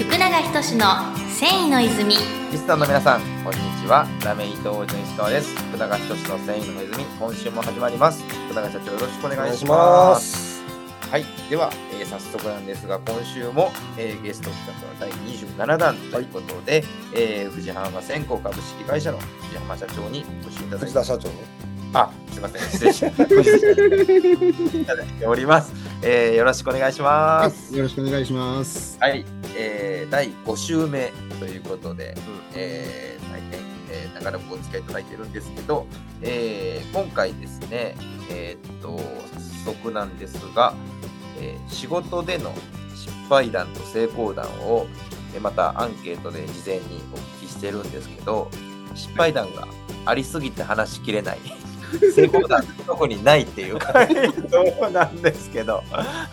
福永仁の繊維の泉。 リスナーの皆さん、こんにちは。ラメイト王子の石川です。福永仁の繊維の泉、今週も始まります。福永社長、よろしくお願いします。はい、では、早速なんですが、今週も、ゲスト企画の第27弾ということで、藤浜線香株式会社の藤浜社長にお越しいただいて、 藤田社長ね。 すいません、失礼しましたいただいております。よろしくお願いします。 はい、よろしくお願いします。 はい、第5週目ということで、大変、長らくお付き合いいただいているんですけど、今回ですね、早速なんですが、仕事での失敗談と成功談を、またアンケートで事前にお聞きしてるんですけど、失敗談がありすぎて話しきれない成功談特にないっていう回答なんですけど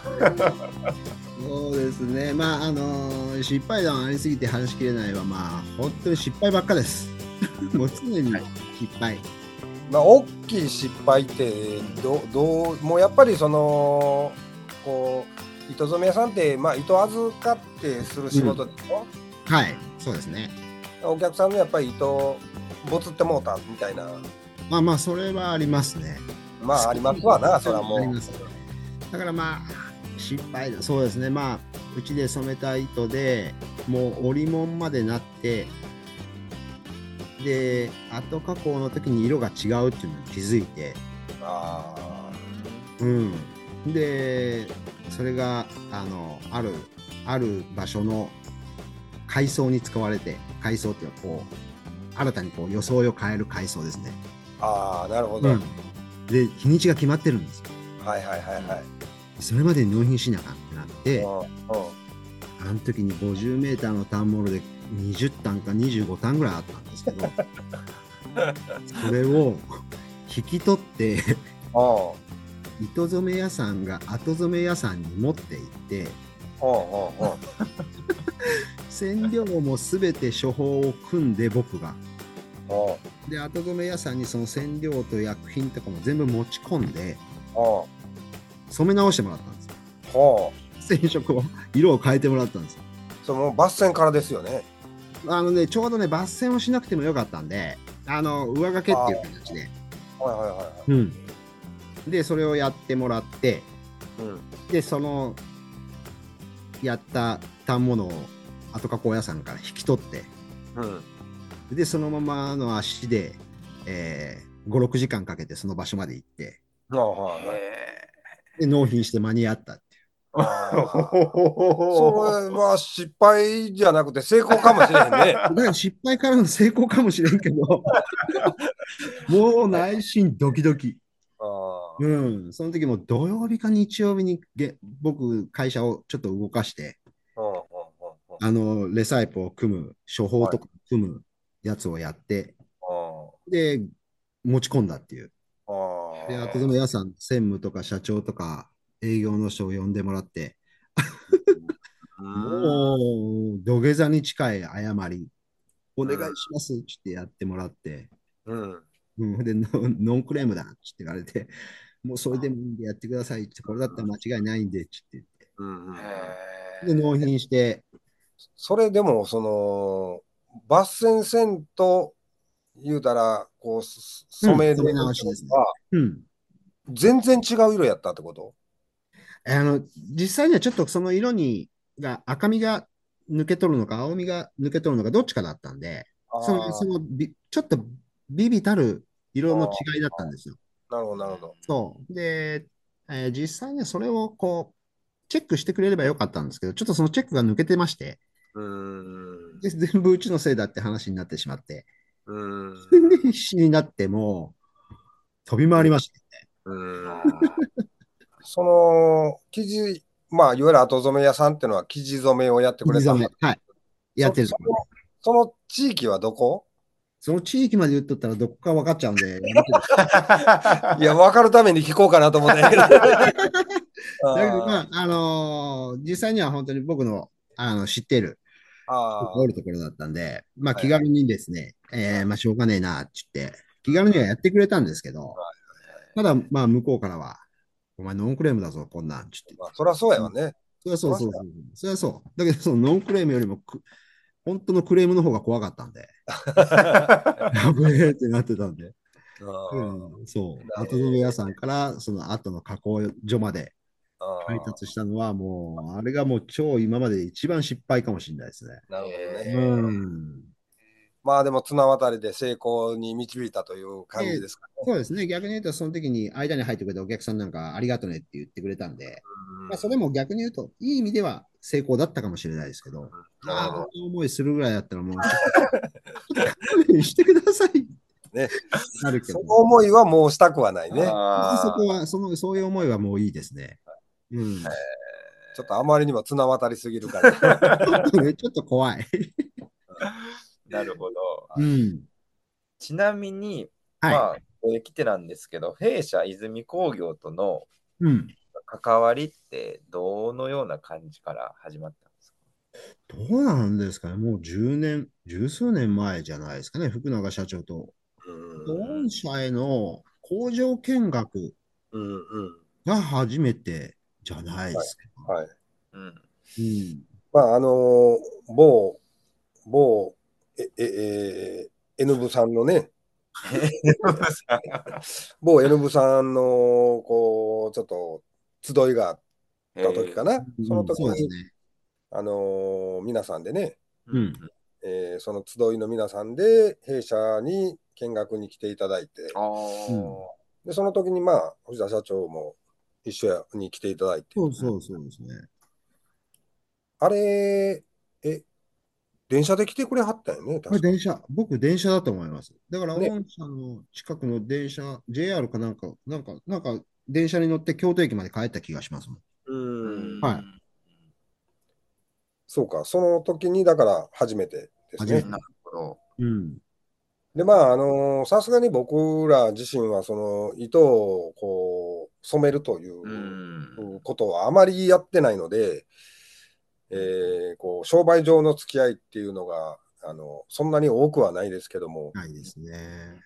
そうですね、失敗談ありすぎて話しきれないは、本当に失敗ばっかです。もう常に失敗。 大きい失敗ってもうやっぱりこう糸染め屋さんって、糸預かってする仕事でしょ、 はい、そうですね。 お客さんのやっぱり糸ボツってもうたみたいな。 それはありますね。 ありますわな、それはもう。 あります。だから失敗だ。そうですね。うちで染めた糸でもう織物までなって、で後加工の時に色が違うっていうのに気づいて、でそれがある場所の海藻に使われて、海藻っていうのは新たに装いを変える海藻ですね。 なるほど。 で日にちが決まってるんですよ。それまでに納品しなあかんってなって、あの時に50メーターの単モールで20単か25単ぐらいあったんですけどそれを引き取って糸染め屋さんが後染め屋さんに持って行って染料もすべて処方を組んで、僕がで後染め屋さんにその染料と薬品とかも全部持ち込んで染め直してもらったんですよ。染色を色を変えてもらったんですよ。 その抜染からですよね。 ちょうどね抜染をしなくてもよかったんで、上掛けっていう形で、でそれをやってもらって、でそのやった反物を後加工屋さんから引き取って、でそのままの足で、5、6時間かけてその場所まで行って、で納品して間に合ったっていう。 それは失敗じゃなくて成功かもしれへんね。 だから失敗からの成功かもしれんけどもう内心ドキドキ。その時も土曜日か日曜日に僕会社をちょっと動かして、レサイプを組む、処方とか組むやつをやって、で持ち込んだっていう。で後染屋さん、専務とか社長とか営業の人を呼んでもらってもう土下座に近い謝り、お願いしますってやってもらって、でノンクレームだって言われて、もうそれでもいいんでやってくださいって、これだったら間違いないんでって言って、で納品して。 それでも抜染せんと言うたら染める直しですね。 全然違う色やったってこと？ 実際にはちょっとその色が赤みが抜け取るのか青みが抜け取るのかどっちかだったんで、ちょっと微々たる色の違いだったんですよ。 なるほどなるほど。 そうで、実際にはそれをチェックしてくれればよかったんですけど、ちょっとそのチェックが抜けてまして、で全部うちのせいだって話になってしまって、で必死になってもう飛び回りましたね。 その生地、いわゆる後染め屋さんっていうのは生地染めをやってくれた。 はい、やってる。 その地域はどこ？ その地域まで言っとったらどこか分かっちゃうんでいや、分かるために聞こうかなと思ってだけど、実際には本当に僕の、知っているおるところだったんで、気軽にですね、しょうがねえなって言って気軽にはやってくれたんですけど、ただ向こうからはお前ノンクレームだぞこんなんって言って、 そりゃそうやわね。 そりゃそうそうそう。そりゃそう。だけど、そのノンクレームよりも本当のクレームの方が怖かったんで。やべえってなってたんで。そう。後止め屋さんから、その後の加工所まで配達したのは、もう、あれがもう超今まで一番失敗かもしれないですね。 なるほどね。 うん。 まあでも綱渡りで成功に導いたという感じですかね。 そうですね。逆に言うと、その時に間に入ってくれたお客さんなんかありがとねって言ってくれたんで、まあ、それも逆に言うと、いい意味では成功だったかもしれないですけど、ああ、こんな思いするぐらいだったらもう、ちょっと勘弁してください。 ね、 なるけど。 その思いはもうしたくはないね。 そこはそういう思いはもういいですね。うん。 ちょっとあまりにも綱渡りすぎるから。 ちょっと怖い。 なるほど。 うん、 ちなみに、 はい、 まあ、来てなんですけど、弊社泉工業との関わりってどのような感じから始まったんですか？ どうなんですかね。もう十数年前じゃないですかね。福永社長と。御社への工場見学が初めてじゃないですか。 はい。 うん。 まあ、某、N 部さんのね、某 N 部さんの、こう、ちょっと、集いがあった時かな。その時に、 ね、 皆さんでね、 その集いの皆さんで、弊社に見学に来ていただいて、で、その時に、まあ、藤田社長も一緒に来ていただいて。 そうですね。 あれ、電車で来てくれはったよね、 これ僕電車だと思います。だから、御社の近くの電車、JR かなんか電車に乗って京都駅まで帰った気がしますもん。はい。 そうか、その時に、だから初めてですね。 なるほど。 で、まあ、さすがに僕ら自身は、その糸をこう染めるということはあまりやってないので、こう商売上の付き合いっていうのがそんなに多くはないですけども、 ないですね。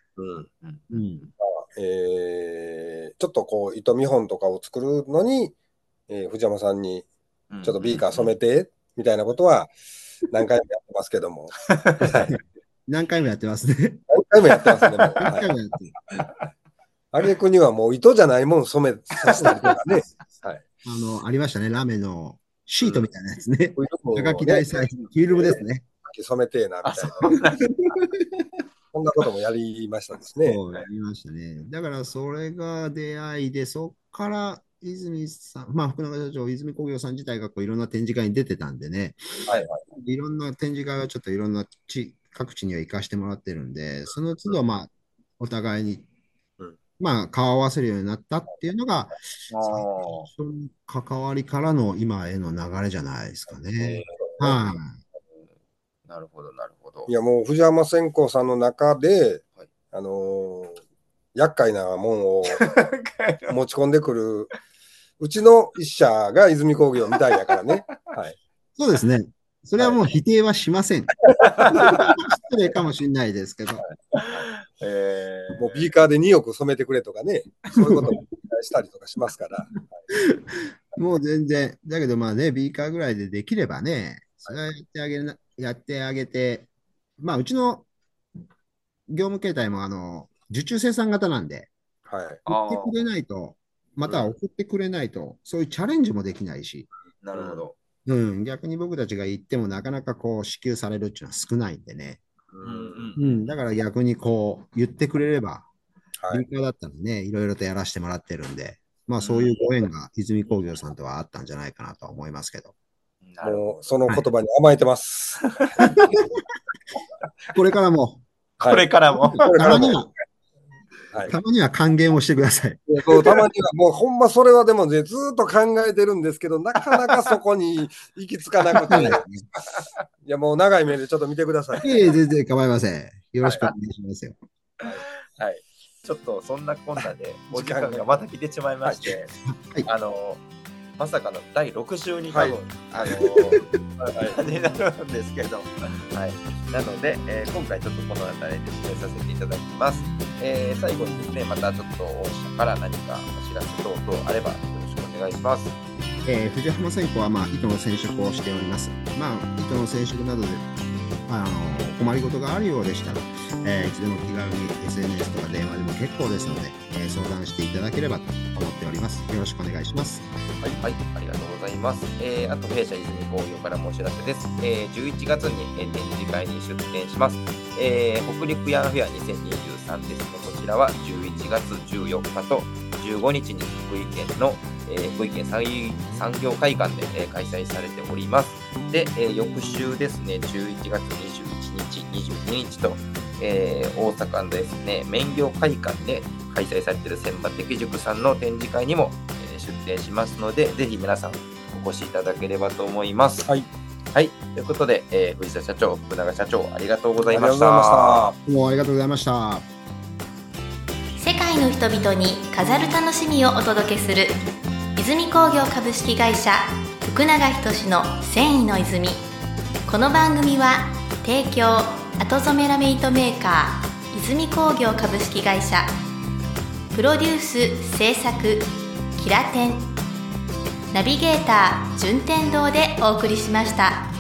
ちょっとこう糸見本とかを作るのに、藤山さんにちょっとビーカー染めてみたいなことは何回もやってますけども。 何回もやってますね。 何回もやってますね。何回もやってる。あげくにはもう糸じゃないもん染めさせたりとかね。はい、 ありましたね、ラメのシートみたいなやつね。はがき大祭、フィルムですね。 染めてえな、みたいな。こんなこともやりましたですね。 そうやりましたね。だからそれが出会いで、そこから泉さん、まあ福永社長、泉工業さん自体がこういろんな展示会に出てたんでね、いろんな展示会はちょっといろんな各地には行かしてもらってるんで、その都度まあお互いに、まあ顔を合わせるようになったっていうのが、最初の関わりからの今への流れじゃないですかね。 なるほど、なるほど。 いや、もう藤山線香さんの中で、厄介なもんを持ち込んでくる、うちの一社が泉工業みたいやからね。はい、 そうですね。それはもう否定はしません。失礼かもしれないですけど。 もうビーカーで2億染めてくれとかね、そういうこともしたりとかしますから。 もう全然、だけどまあね、ビーカーぐらいでできればね、それはやってあげて、まあうちの業務形態も受注生産型なんで、売ってくれないと、または送ってくれないと、そういうチャレンジもできないし、 なるほど。 逆に僕たちが言ってもなかなかこう支給されるっていうのは少ないんでね。だから逆にこう言ってくれれば、ビーカーだったらね、いろいろとやらせてもらってるんで、まあそういうご縁が泉工業さんとはあったんじゃないかなと思いますけど。 もうその言葉に甘えてます。 これからも。 たまには還元をしてください。 たまにはもうほんまそれはでもね、ずっと考えてるんですけど、なかなかそこに行き着かなくて、いやもう長い目でちょっと見てください。 全然構いません。よろしくお願いしますよ。 はい。ちょっとそんなこんなでお時間がまた来てしまいまして、まさかの第6週に多分、になるんですけど、なので、今回ちょっとこの辺りで進めさせていただきます。最後にですね、またちょっと御社から何かお知らせ等々あればよろしくお願いします。 藤浜線香は、糸の染色をしております。糸の染色などで困りごとがあるようでしたら、いつでも気軽に SNS とか電話でも結構ですので、相談していただければと思っております。よろしくお願いします。 はい、ありがとうございます。あと弊社泉工業からもお知らせです。11月に、展示会に出展します。北陸ヤンフェア2023ですね。こちらは11月14日と15日に福井県の福井県産業会館で、開催されております。で、翌週ですね、11月21日、22日と、大阪のですね、麺業会館で開催されている千葉的塾さんの展示会にも、出展しますので、ぜひ皆さんお越しいただければと思います。はい。はい。ということで、藤田社長、福永社長、ありがとうございました。 どうもありがとうございました。 世界の人々に飾る楽しみをお届けする泉工業株式会社福永仁の繊維の泉。この番組は提供後染めラメ糸メーカー泉工業株式会社、プロデュース制作キラテン、ナビゲーター順天堂でお送りしました。